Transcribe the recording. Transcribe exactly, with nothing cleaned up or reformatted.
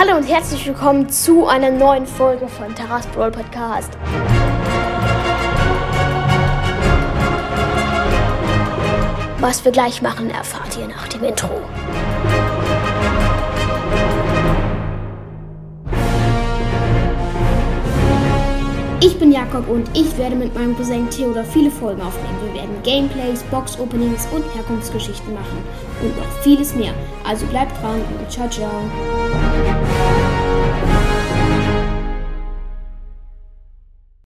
Hallo und herzlich willkommen zu einer neuen Folge von Taras Brawl Podcast. Was wir gleich machen, erfahrt ihr nach dem Intro. Ich bin Jakob und ich werde mit meinem Cousin Theodor viele Folgen aufnehmen. Wir werden Gameplays, Box-Openings und Herkunftsgeschichten machen und noch vieles mehr. Also bleibt dran und ciao, ciao.